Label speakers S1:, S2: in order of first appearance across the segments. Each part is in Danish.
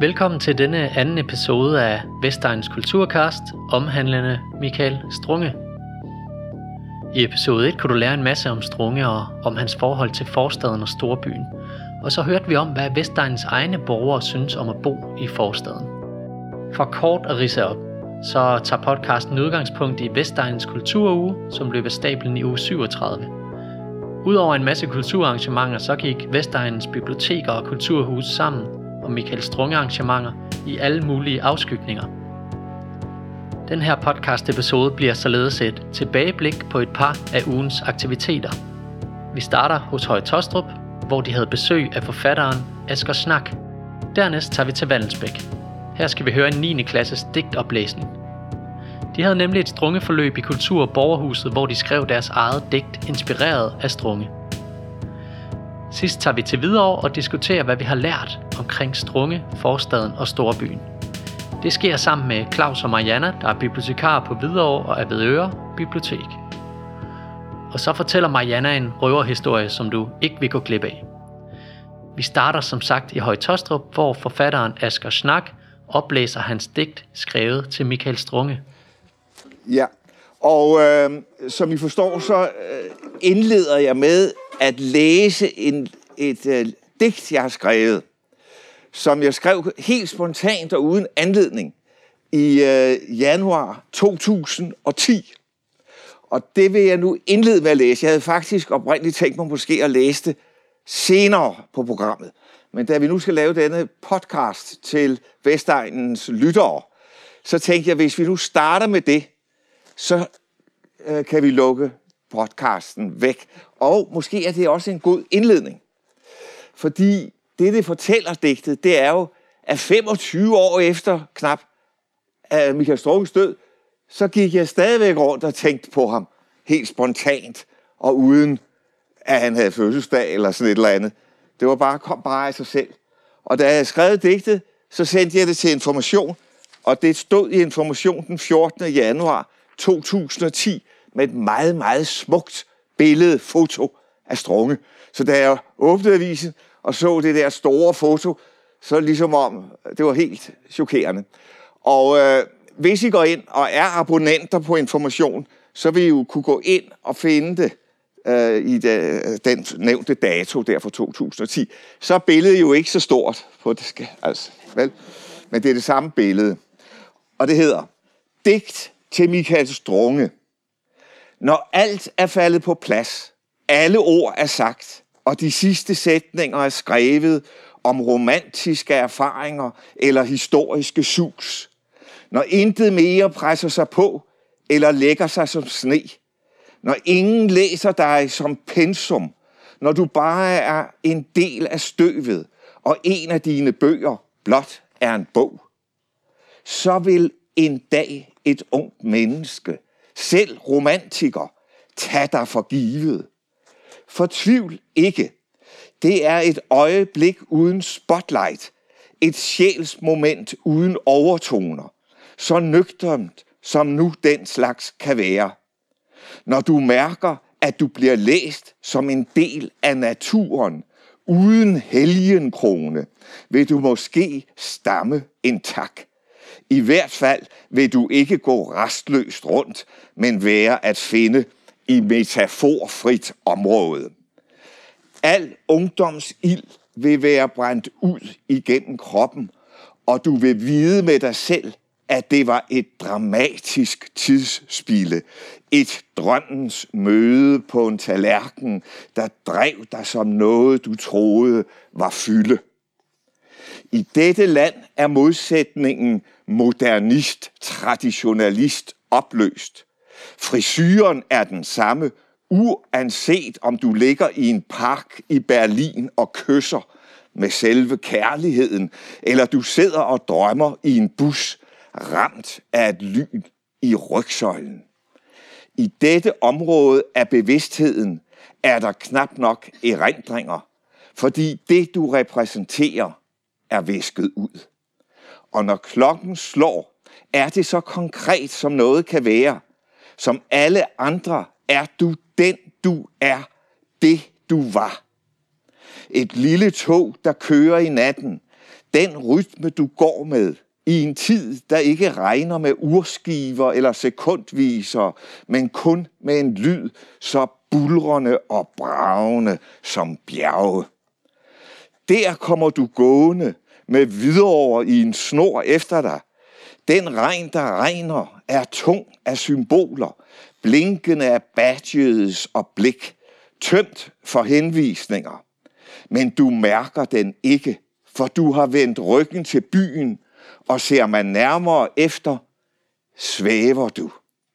S1: Velkommen til denne anden episode af Vestegnens Kulturcast, omhandlende Michael Strunge. I episode 1 kunne du lære en masse om Strunge og om hans forhold til forstaden og storbyen. Og så hørte vi om, hvad Vestegnens egne borgere synes om at bo i forstaden. For kort at ridse op, så tager podcasten udgangspunkt i Vestegnens Kulturuge, som løb af stablen i uge 37. Udover en masse kulturarrangementer, så gik Vestegnens biblioteker og kulturhus sammen og Michael Strunge arrangementer i alle mulige afskygninger. Den her podcast episode bliver således et tilbageblik på et par af ugens aktiviteter. Vi starter hos Høje Taastrup, hvor de havde besøg af forfatteren Asger Schnack. Dernæst tager vi til Vallensbæk. Her skal vi høre en 9. klasses digtoplæsning. De havde nemlig et Strunge-forløb i Kultur- og Borgerhuset, hvor de skrev deres eget digt inspireret af Strunge. Sidst tager vi til Hvidovre og diskuterer, hvad vi har lært omkring Strunge, forstaden og storbyen. Det sker sammen med Claus og Mariana, der er bibliotekarer på Hvidovre og Avedøre Bibliotek. Og så fortæller Mariana en røverhistorie, som du ikke vil gå glip af. Vi starter som sagt i Høje Taastrup, hvor forfatteren Asger Schnack oplæser hans digt skrevet til Michael Strunge.
S2: Ja, og som I forstår, så indleder jeg med at læse et digt, jeg har skrevet, som jeg skrev helt spontant og uden anledning i januar 2010. Og det vil jeg nu indlede med at læse. Jeg havde faktisk oprindeligt tænkt mig måske at læse det senere på programmet. Men da vi nu skal lave denne podcast til Vestegnens lyttere, så tænkte jeg, hvis vi nu starter med det, så kan vi lukke podcasten væk. Og måske er det også en god indledning. Fordi det fortæller digtet, det er jo, at 25 år efter knap af Michael Strunges død, så gik jeg stadigvæk rundt og tænkte på ham helt spontant, og uden at han havde fødselsdag eller sådan et eller andet. Det var kom bare af sig selv. Og da jeg skrev digtet, så sendte jeg det til Information, og det stod i Information den 14. januar 2010 med et meget, meget smukt foto af Strunge. Så da jeg åbnede avisen og så det der store foto, så ligesom om, det var helt chokerende. Og hvis I går ind og er abonnenter på Information, så vil I jo kunne gå ind og finde det i den nævnte dato der fra 2010. Så er billedet jo ikke så stort på det, altså, vel? Men det er det samme billede. Og det hedder Digt til Michael Strunge. Når alt er faldet på plads, alle ord er sagt, og de sidste sætninger er skrevet om romantiske erfaringer eller historiske sus. Når intet mere presser sig på eller lægger sig som sne. Når ingen læser dig som pensum. Når du bare er en del af støvet, og en af dine bøger blot er en bog. Så vil en dag et ungt menneske, selv romantiker, tage dig for givet. Fortvivl ikke. Det er et øjeblik uden spotlight. Et sjælsmoment uden overtoner. Så nøgternt, som nu den slags kan være. Når du mærker, at du bliver læst som en del af naturen, uden helgenkrone, vil du måske stamme en tak. I hvert fald vil du ikke gå rastløst rundt, men være at finde i metaforfrit område. Al ungdomsild vil være brændt ud igennem kroppen, og du vil vide med dig selv, at det var et dramatisk tidsspilde. Et drømmens møde på en tallerken, der drev dig som noget, du troede var fylde. I dette land er modsætningen modernist-traditionalist opløst. Frisyren er den samme, uanset om du ligger i en park i Berlin og kysser med selve kærligheden, eller du sidder og drømmer i en bus, ramt af et lyn i rygsøjlen. I dette område af bevidstheden er der knap nok erindringer, fordi det du repræsenterer er visket ud. Og når klokken slår, er det så konkret som noget kan være. Som alle andre er du den du er, det du var. Et lille tog, der kører i natten. Den rytme, du går med i en tid, der ikke regner med urskiver eller sekundviser, men kun med en lyd så buldrende og bragende som bjerge. Der kommer du gående med Hvidovre i en snor efter dig. Den regn, der regner, er tung af symboler, blinkende af badges og blik, tømt for henvisninger. Men du mærker den ikke, for du har vendt ryggen til byen, og ser man nærmere efter, svæver du.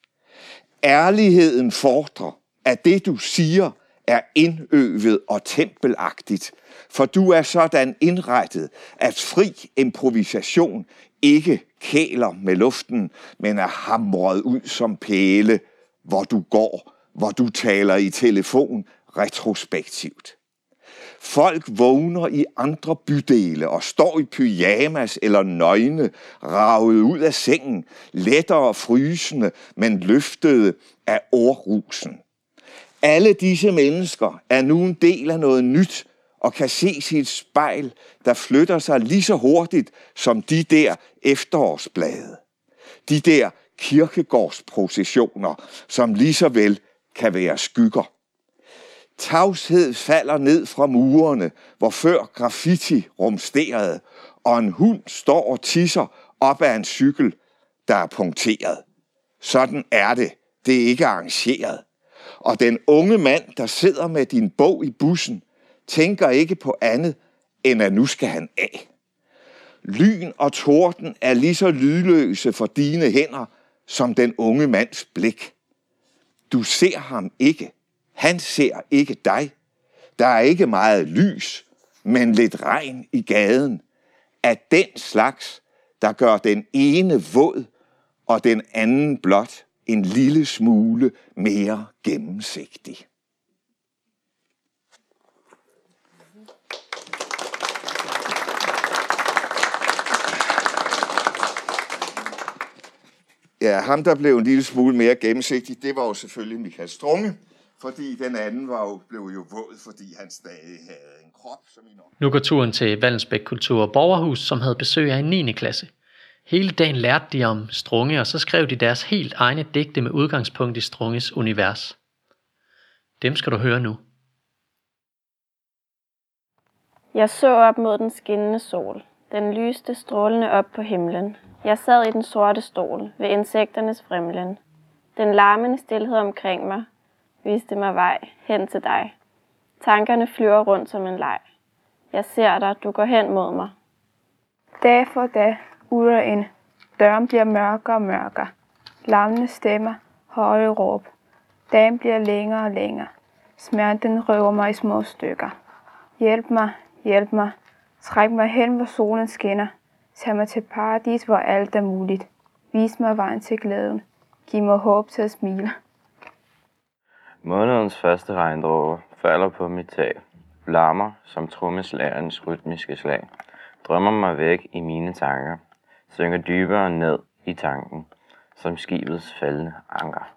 S2: Ærligheden fordrer, at det du siger er indøvet og tempelagtigt, for du er sådan indrettet, at fri improvisation ikke kæler med luften, men er hamret ud som pæle, hvor du går, hvor du taler i telefon retrospektivt. Folk vågner i andre bydele og står i pyjamas eller nøgne, raget ud af sengen, lettere frysende, men løftede af ordrusen. Alle disse mennesker er nu en del af noget nyt og kan ses i et spejl, der flytter sig lige så hurtigt som de der efterårsblade. De der kirkegårdsprocessioner, som lige så vel kan være skygger. Tavshed falder ned fra murene, hvor før graffiti rumsterede, og en hund står og tisser op ad en cykel, der er punkteret. Sådan er det. Det er ikke arrangeret. Og den unge mand, der sidder med din bog i bussen, tænker ikke på andet, end at nu skal han af. Lyn og torden er lige så lydløse for dine hænder, som den unge mands blik. Du ser ham ikke. Han ser ikke dig. Der er ikke meget lys, men lidt regn i gaden. Af den slags, der gør den ene våd, og den anden blot en lille smule mere gennemsigtig. Ja, ham der blev en lille smule mere gennemsigtig, det var jo selvfølgelig Michael Strunge, fordi den anden blev jo våd, fordi han stadig havde en krop som en år.
S1: Nu går turen til Vallensbæk Kultur- og Borgerhus, som havde besøg af en 9. klasse. Hele dagen lærte de om Strunge, og så skrev de deres helt egne digte med udgangspunkt i Strunges univers. Dem skal du høre nu.
S3: Jeg så op mod den skinnende sol. Den lyste strålende op på himlen. Jeg sad i den sorte stol ved insekternes fremlen. Den larmende stilhed omkring mig viste mig vej hen til dig. Tankerne flyver rundt som en leg. Jeg ser dig, du går hen mod mig.
S4: Dag for dag uder ind. Døren bliver mørkere og mørkere. Larmende stemmer, høje råb. Dagen bliver længere og længere. Smerten røver mig i små stykker. Hjælp mig, hjælp mig. Træk mig hen, hvor solen skinner. Tag mig til paradis, hvor alt er muligt. Vis mig vejen til glæden. Giv mig håb til at smile.
S5: Månedens første regndråber falder på mit tag. Larmer som trommeslagerens rytmiske slag. Drømmer mig væk i mine tanker. Synker dybere ned i tanken, som skibets faldende anker.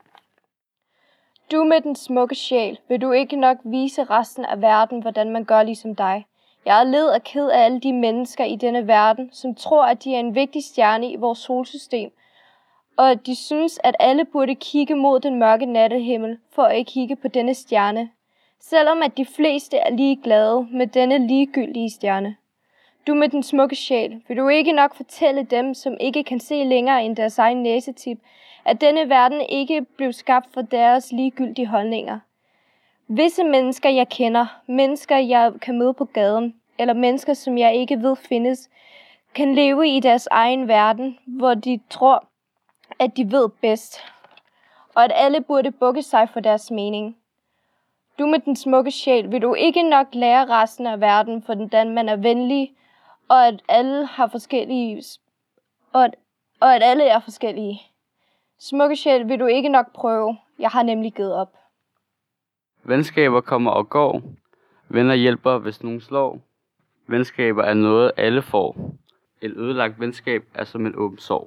S6: Du med den smukke sjæl, vil du ikke nok vise resten af verden, hvordan man gør ligesom dig? Jeg er led og ked af alle de mennesker i denne verden, som tror, at de er en vigtig stjerne i vores solsystem, og at de synes, at alle burde kigge mod den mørke nattehimmel for at ikke kigge på denne stjerne, selvom at de fleste er ligeglade med denne ligegyldige stjerne. Du med den smukke sjæl, vil du ikke nok fortælle dem, som ikke kan se længere end deres egen næsetip, at denne verden ikke blev skabt for deres ligegyldige holdninger. Visse mennesker, jeg kender, mennesker, jeg kan møde på gaden, eller mennesker, som jeg ikke ved findes, kan leve i deres egen verden, hvor de tror, at de ved bedst, og at alle burde bukke sig for deres mening. Du med den smukke sjæl, vil du ikke nok lære resten af verden, hvordan man er venlig, og at alle har forskellige, og at alle er forskellige. Smukke sjæl, vil du ikke nok prøve. Jeg har nemlig givet op.
S7: Venskaber kommer og går. Venner hjælper, hvis nogen slår. Venskaber er noget, alle får. Et ødelagt venskab er som en åben sår.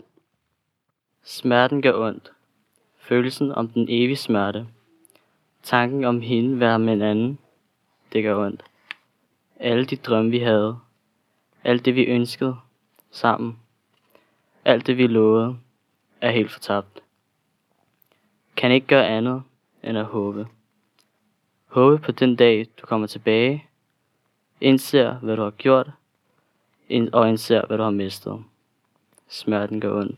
S8: Smerten gør ondt. Følelsen om den evige smerte. Tanken om hende være med en anden. Det gør ondt. Alle de drømme vi havde. Alt det vi ønskede sammen, alt det vi lovede, er helt fortabt. Kan ikke gøre andet end at håbe. Håbe på den dag, du kommer tilbage, indser, hvad du har gjort, og indser, hvad du har mistet. Smerten gør ondt.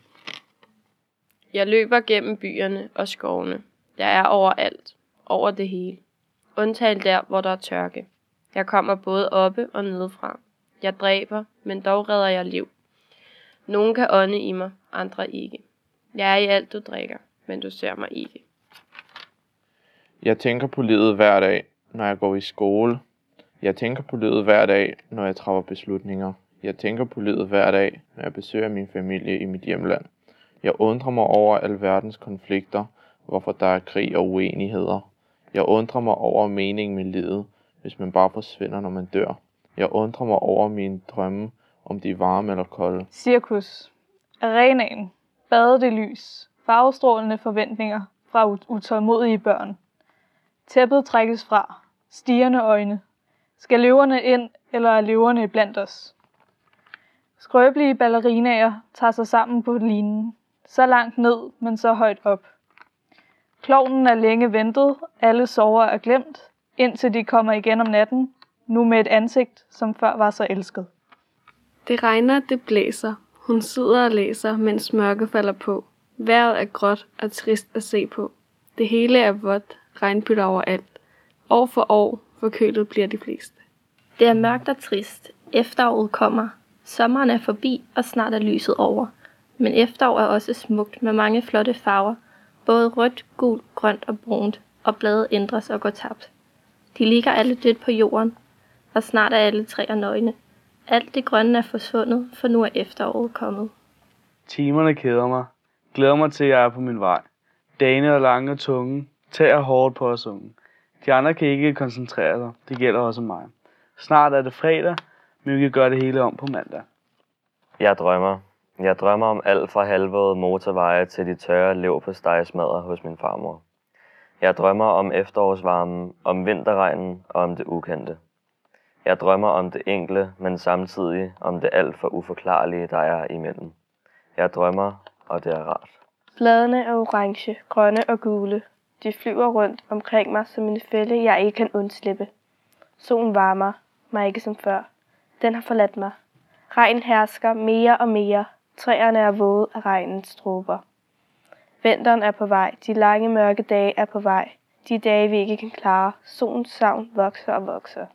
S9: Jeg løber gennem byerne og skovene. Jeg er overalt, over det hele. Undtagen der, hvor der er tørke. Jeg kommer både oppe og nedefra. Jeg dræber, men dog redder jeg liv. Nogen kan ånde i mig, andre ikke. Jeg er i alt, du drikker, men du ser mig ikke.
S10: Jeg tænker på livet hver dag, når jeg går i skole. Jeg tænker på livet hver dag, når jeg træffer beslutninger. Jeg tænker på livet hver dag, når jeg besøger min familie i mit hjemland. Jeg undrer mig over alverdens konflikter, hvorfor der er krig og uenigheder. Jeg undrer mig over meningen med livet, hvis man bare forsvinder, når man dør. Jeg undrer mig over mine drømme, om de er varme eller kolde.
S11: Cirkus. Arenaen. Badet i lys. Farvestrålende forventninger fra utålmodige børn. Tæppet trækkes fra. Stirrende øjne. Skal løverne ind, eller er løverne blandt os? Skrøbelige ballerinaer tager sig sammen på linen. Så langt ned, men så højt op. Klovnen er længe ventet, alle sover er glemt, indtil de kommer igen om natten, nu med et ansigt, som før var så elsket.
S12: Det regner, det blæser. Hun sidder og læser, mens mørke falder på. Vejret er gråt og trist at se på. Det hele er vådt, regnbytter overalt. År for år forkølet bliver de fleste.
S3: Det er mørkt og trist. Efteråret kommer. Sommeren er forbi, og snart er lyset over. Men efterår er også smukt med mange flotte farver. Både rødt, gult, grønt og brunt, og blade ændres og går tabt. De ligger alle dødt på jorden, og snart er alle træer nøgne. Alt det grønne er forsvundet, for nu er efteråret kommet.
S7: Timerne keder mig. Glæder mig til, at jeg er på min vej. Dagene er lange og tunge. Tager hårdt på os unge. De andre kan ikke koncentrere sig. Det gælder også mig. Snart er det fredag, men vi kan gøre det hele om på mandag.
S5: Jeg drømmer. Jeg drømmer om alt fra halvvåde motorveje til de tørre leverpostejsmadder hos min farmor. Jeg drømmer om efterårsvarmen, om vinterregnen og om det ukendte. Jeg drømmer om det enkle, men samtidig om det alt for uforklarlige, der er imellem. Jeg drømmer, og det er rart.
S3: Bladene er orange, grønne og gule. De flyver rundt omkring mig som en fælde, jeg ikke kan undslippe. Solen varmer mig ikke som før. Den har forladt mig. Regn hersker mere og mere. Træerne er våde af regnens dråber. Vinteren er på vej. De lange mørke dage er på vej. De dage, vi ikke kan klare. Solens savn vokser og vokser.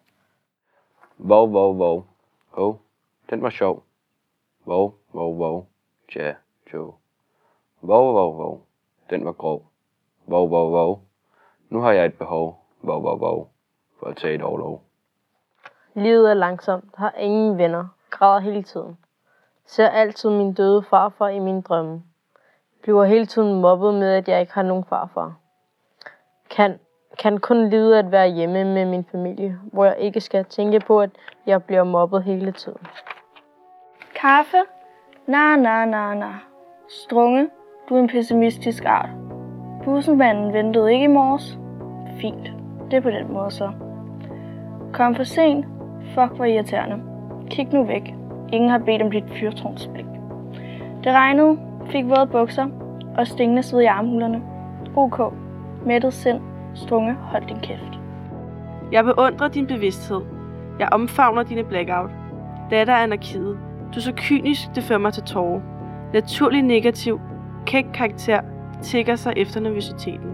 S13: Vov, vov, vov. Hov, den var sjov. Vov, vov, vov. Tja, jo. Vov, vov, vov. Den var grov. Vov, vov, vov. Nu har jeg et behov. Vov, vov, vov. For at tage et overlov.
S14: Livet er langsomt. Har ingen venner. Græder hele tiden. Ser altid min døde farfar i mine drømme. Bliver hele tiden mobbet med, at jeg ikke har nogen farfar. Kan kun lide at være hjemme med min familie, hvor jeg ikke skal tænke på, at jeg bliver mobbet hele tiden.
S3: Kaffe? Na. Strunge, du er en pessimistisk art. Bussenmanden ventede ikke i morges. Fint, det er på den måde så. Kom for sent. Fuck, hvor irriterende. Kig nu væk. Ingen har bedt om dit fyrtårnsblik. Det regnede, fik våde bukser og stingende sved i armhulerne. OK. Mættet sind. Strunge, hold din kæft.
S15: Jeg beundrer din bevidsthed. Jeg omfavner dine blackout. Datter af anarkiet. Du er så kynisk, det fører mig til tårer. Naturlig negativ, kæk karakter, tigger sig efter nervøsiteten.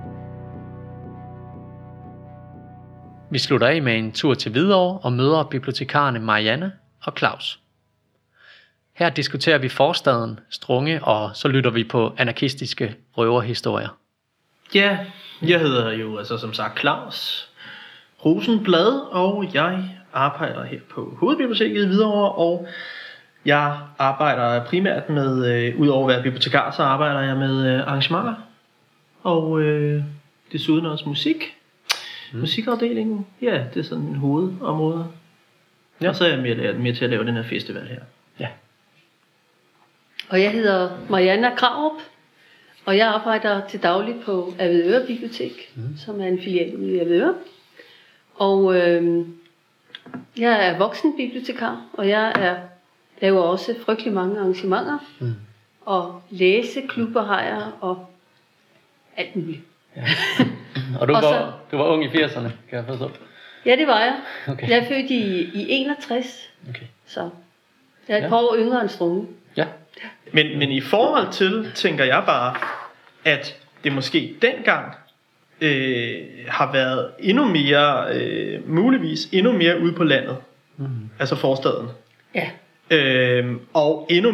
S1: Vi slutter af med en tur til Hvidovre og møder bibliotekarerne Marianne og Claus. Her diskuterer vi forstaden, Strunge, og så lytter vi på anarkistiske røverhistorier.
S16: Ja, jeg hedder jo altså som sagt Claus Rosenblad, og jeg arbejder her på Hovedbiblioteket i Hvidovre, og jeg arbejder primært med, udover at være bibliotekar, så arbejder jeg med arrangementer, og desuden også musik. Musikafdelingen, ja, det er sådan min hovedområde. Ja. Og så er jeg mere til at lave den her festival her.
S1: Ja.
S17: Og jeg hedder Marianne Krarup, og jeg arbejder til daglig på Avedøre Bibliotek, som er en filial ude i Avedøre. Og Jeg er voksenbibliotekar, og jeg laver også frygtelig mange arrangementer. Og læseklubber har jeg, og alt muligt.
S1: Og du var ung i 80'erne, kan jeg forstå?
S17: Ja, det var jeg.
S1: Okay.
S17: Jeg er født i 61,
S1: okay.
S17: Så jeg er et par år yngre end Strunge.
S1: Ja.
S16: Men i forhold til, tænker jeg bare, at det måske dengang har været endnu mere, muligvis endnu mere ude på landet. Altså forstaden.
S17: Ja.
S16: Og endnu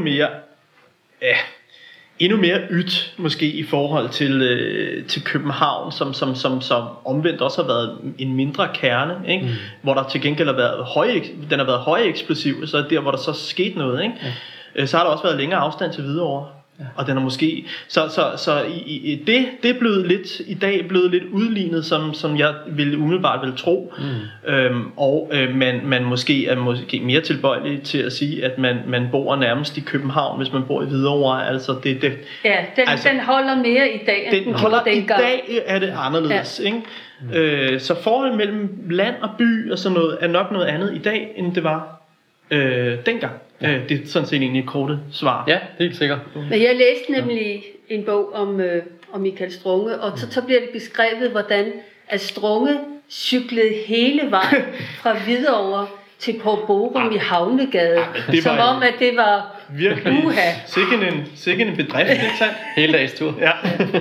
S16: mere ydt måske i forhold til København, som omvendt også har været en mindre kerne, ikke? Hvor der til gengæld har været højeksplosiv, så der hvor der så skete noget, ikke? Så har der også været længere afstand til Hvidovre. Og den er måske så det er blevet lidt i dag blevet lidt udlignet, som jeg umiddelbart vil tro. Og man måske er mere tilbøjelig til at sige, at man bor nærmest i København, hvis man bor i Hvidovre. Altså
S17: den holder mere i dag, end den holder dengang.
S16: I dag er det anderledes, ikke? Så forholdet mellem land og by og sådan noget er nok noget andet i dag, end det var dengang. Det er sådan set egentlig et korte svar.
S1: Ja, helt sikkert.
S17: Men jeg læste nemlig en bog om Michael Strunge, og så bliver det beskrevet, hvordan at Strunge cyklede hele vejen fra Hvidovre til Porborum i Havnegade, som om at det var
S16: virkelig sikke en bedrift, ikke sandt?
S1: Hele dags tur.
S16: Ja.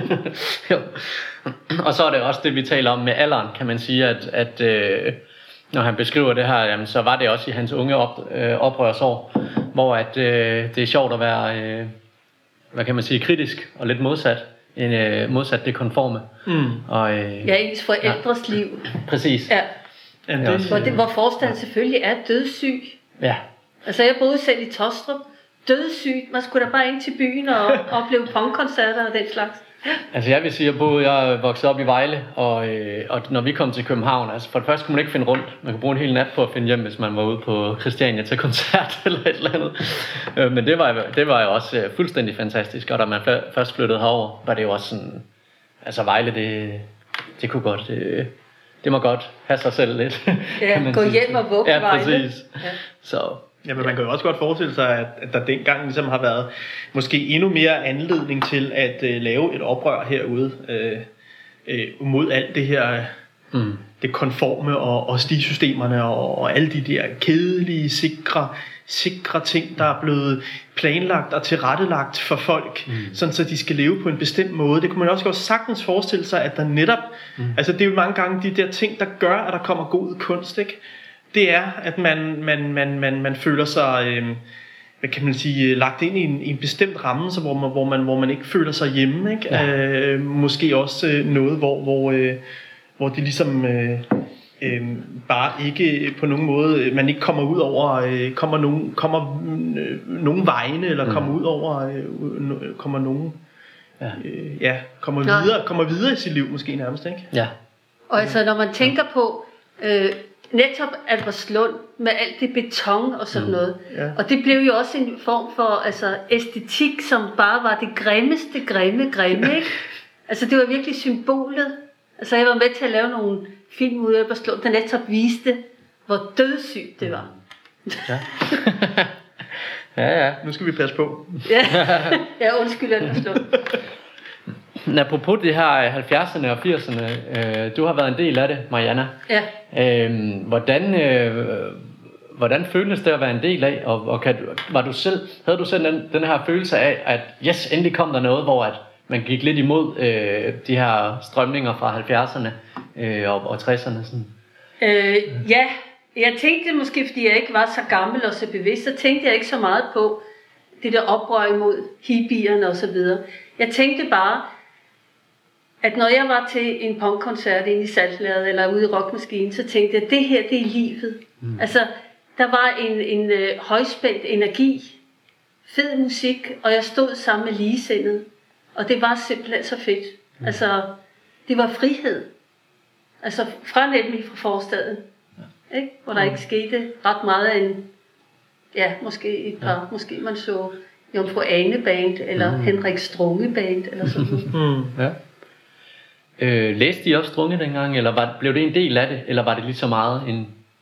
S1: Og så er det også det, vi taler om med alderen, kan man sige, at når han beskriver det her, jamen, så var det også i hans unge oprørsår, hvor at, det er sjovt at være, hvad kan man sige, kritisk og lidt modsat det konforme. Og,
S17: ens forældres liv.
S1: Præcis.
S17: Ja. Hvor forstanden selvfølgelig er dødssyg.
S1: Ja.
S17: Altså jeg boede selv i Tostrup, dødssyg. Man skulle da bare ind til byen og opleve punkkoncerter og den slags.
S1: Altså jeg vil sige, jeg voksede op i Vejle, og når vi kom til København, altså for det første kunne man ikke finde rundt. Man kunne bruge en hel nat på at finde hjem, hvis man var ude på Christiania til koncert eller et eller andet. Men det var jo også fuldstændig fantastisk, og da man først flyttede herover, var det jo også sådan, altså Vejle, det kunne godt, det må godt have sig selv lidt.
S17: Ja, gå hjem og vugge Vejle.
S1: Ja, præcis. Ja. Så...
S16: Ja, men man kan jo også godt forestille sig, at der dengang ligesom har været måske endnu mere anledning til at lave et oprør herude mod alt det her, det konforme og stigsystemerne og alle de der kedelige, sikre ting, der er blevet planlagt og tilrettelagt for folk, sådan så de skal leve på en bestemt måde. Det kunne man også godt sagtens forestille sig, at der netop, altså det er jo mange gange de der ting, der gør, at der kommer god kunst, ikke? Det er, at man føler sig, hvad kan man sige, lagt ind i en bestemt ramme, så hvor man ikke føler sig hjemme, ikke? Ja. Måske også noget, hvor det ligesom bare ikke på nogen måde, man ikke kommer ud over, kommer nogen vegne, eller kommer ud over, kommer nogen, kommer videre i sit liv måske nærmest, ikke?
S1: Ja.
S17: Og altså når man tænker på netop Albertslund med alt det beton og sådan noget. Ja. Og det blev jo også en form for æstetik, som bare var det grimmeste, grimme, ikke? Altså det var virkelig symbolet. Altså jeg var med til at lave nogle film ude af Albertslund, der netop viste, hvor dødssygt det var.
S1: Ja. Ja.
S16: Nu skal vi passe på.
S17: Ja, undskyld Albertslund.
S1: Apropos det her 70'erne og 80'erne, du har været en del af det, Marianna.
S17: Ja.
S1: Hvordan føltes det at være en del af, og havde du selv den her følelse af, at yes, endelig kom der noget, hvor at man gik lidt imod de her strømninger fra 70'erne og 60'erne? Sådan?
S17: Ja, jeg tænkte måske, fordi jeg ikke var så gammel og så bevidst, så tænkte jeg ikke så meget på det der oprør imod hippierne og så videre. Jeg tænkte bare, at når jeg var til en punkkoncert inde i Saltlade eller ude i Rockmaskinen, så tænkte jeg, at det her, det er livet. Altså, der var en højspændt energi, fed musik, og jeg stod sammen med ligesindede. Og det var simpelthen så fedt. Altså, det var frihed. Altså, nemlig fra forstaden. Ikke? Hvor der ikke skete ret meget end, måske et par, måske man så Jomfru Ane Band, eller Henrik Strunge Band, eller sådan noget.
S1: Ja. Læste I også Strunge dengang, eller blev det en del af det, eller var det lige så meget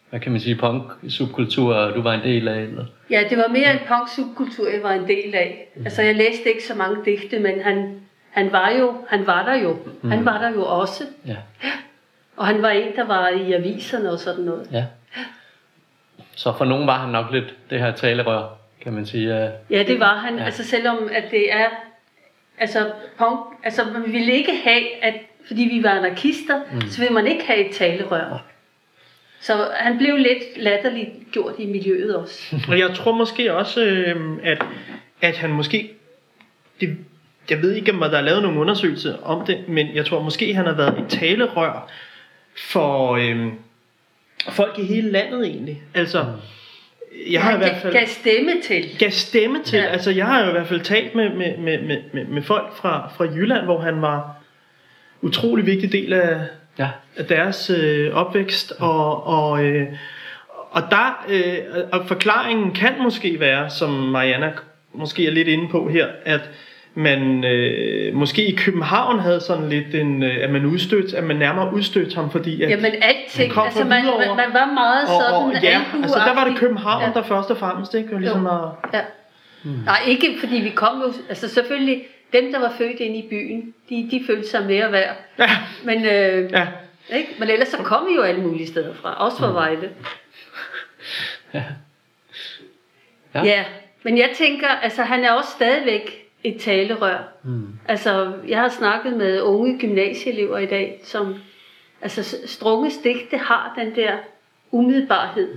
S1: hvad kan man sige, punk-subkultur, du var en del af? Eller?
S17: Ja, det var mere en punk-subkultur, jeg var en del af. Altså, jeg læste ikke så mange digte, men han var der jo. Han var der jo også.
S1: Ja.
S17: Og han var en, der var i aviserne og sådan noget.
S1: Ja. Så for nogen var han nok lidt det her talerør, kan man sige.
S17: Ja, det var han. Ja. Altså, selvom at det er... Altså, punk... Altså, man ville ikke have, at... Fordi vi var anarkister, så ville man ikke have et talerør. Så han blev lidt latterligt gjort i miljøet også.
S16: Og jeg tror måske også, at han måske... Jeg ved ikke, om der er lavet nogle undersøgelser om det, men jeg tror måske, han har været et talerør for folk i hele landet egentlig. Altså, jeg har i hvert fald...
S17: Gav stemme til.
S16: Ja. Altså, jeg har jo i hvert fald talt med folk fra Jylland, hvor han var utrolig vigtig del af deres opvækst, og der og forklaringen kan måske være, som Mariana måske er lidt inde på her, at man måske i København havde sådan lidt at man nærmere udstødte ham, fordi at
S17: jamen alting, altså man var meget sådan
S16: ja, altså der var det København der først og fremmest, ikke? Og ligesom
S17: Nej, ikke fordi vi kom jo, altså selvfølgelig dem der var født inde i byen, de følte sig mere værd. Ja. Men ikke? Men ellers så kom vi jo alle mulige steder fra, også fra Vejle. Ja, men jeg tænker, altså han er også stadigvæk et talerør. Altså, jeg har snakket med unge gymnasieelever i dag, som, altså, Strunges digte har den der umiddelbarhed,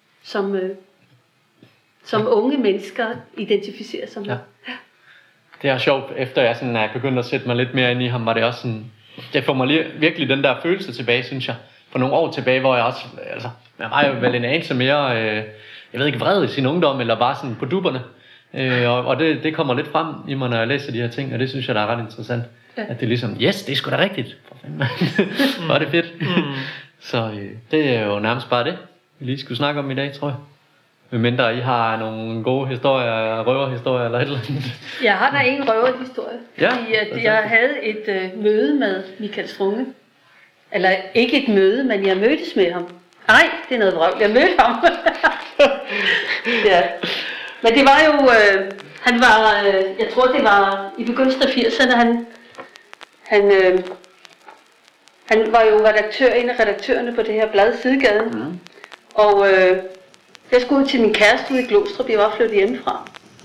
S17: som unge mennesker identificerer sig med. Ja.
S1: Det er sjovt, efter jeg sådan er begyndt at sætte mig lidt mere ind i ham, var det også sådan, det får mig virkelig den der følelse tilbage, synes jeg. For nogle år tilbage, hvor jeg også, altså, jeg var jo vel en anelse mere, jeg ved ikke, vred i sin ungdom, eller bare sådan på dupperne. Og det kommer lidt frem i mig, når jeg læser de her ting, og det synes jeg, der er ret interessant. Ja. At det er ligesom, yes, det er sgu da rigtigt. Hvor er det fedt. Så det er jo nærmest bare det, vi lige skulle snakke om i dag, tror jeg. Medmindre I har nogle gode historier, røverhistorier eller et eller andet.
S17: Jeg har der en røverhistorie. Fordi at jeg havde et møde med Michael Strunge. Eller ikke et møde, men jeg mødtes med ham. Nej, det er noget vrøvl. Jeg mødte ham. Ja. Men det var jo, han var, jeg tror det var i begyndelsen af 80'erne, han var jo en af redaktørerne på det her blad Sidegaden. Og jeg skulle ud til min kæreste ude i Glostrup, jeg var flyttet hjemmefra.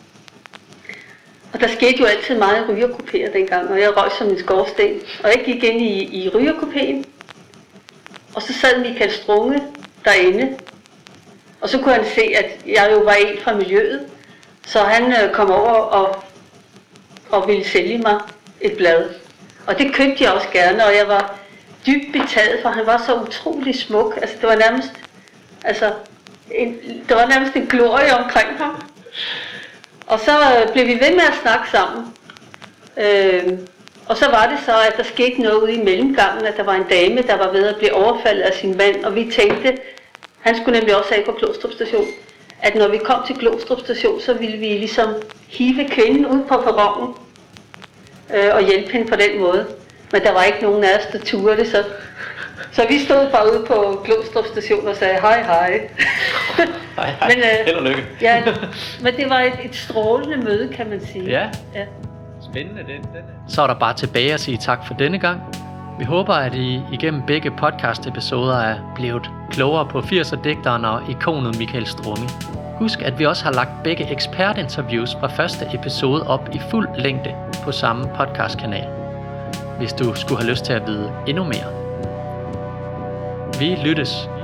S17: Og der skete jo altid meget rygerkupéer dengang, og jeg røg som en skorsten. Og jeg gik ind i rygerkupéen, og så sad Michael Strunge derinde. Og så kunne han se, at jeg jo var en fra miljøet. Så han kom over og ville sælge mig et blad. Og det købte jeg også gerne, og jeg var dybt betaget, for han var så utrolig smuk. Altså det var nærmest en glorie omkring ham. Og så blev vi ved med at snakke sammen. Og så var det så, at der skete noget ude i mellemgangen, at der var en dame, der var ved at blive overfaldet af sin mand, og vi tænkte, han skulle nemlig også af på Glostrup station, at når vi kom til Glostrup station, så ville vi ligesom hive kvinden ud på perronen og hjælpe hende på den måde. Men der var ikke nogen af os, der turde det, så vi stod bare ude på Glostrup station og sagde hej hej.
S1: Men, held og lykke.
S17: Ja, men det var et strålende møde, kan man sige.
S1: Ja. Spændende den. Så er der bare tilbage at sige tak for denne gang. Vi håber, at I igennem begge podcast-episoder er blevet klogere på 80'er-digteren og ikonet Michael Strunge. Husk, at vi også har lagt begge ekspertinterviews fra første episode op i fuld længde på samme podcastkanal, hvis du skulle have lyst til at vide endnu mere. Vi lyttes.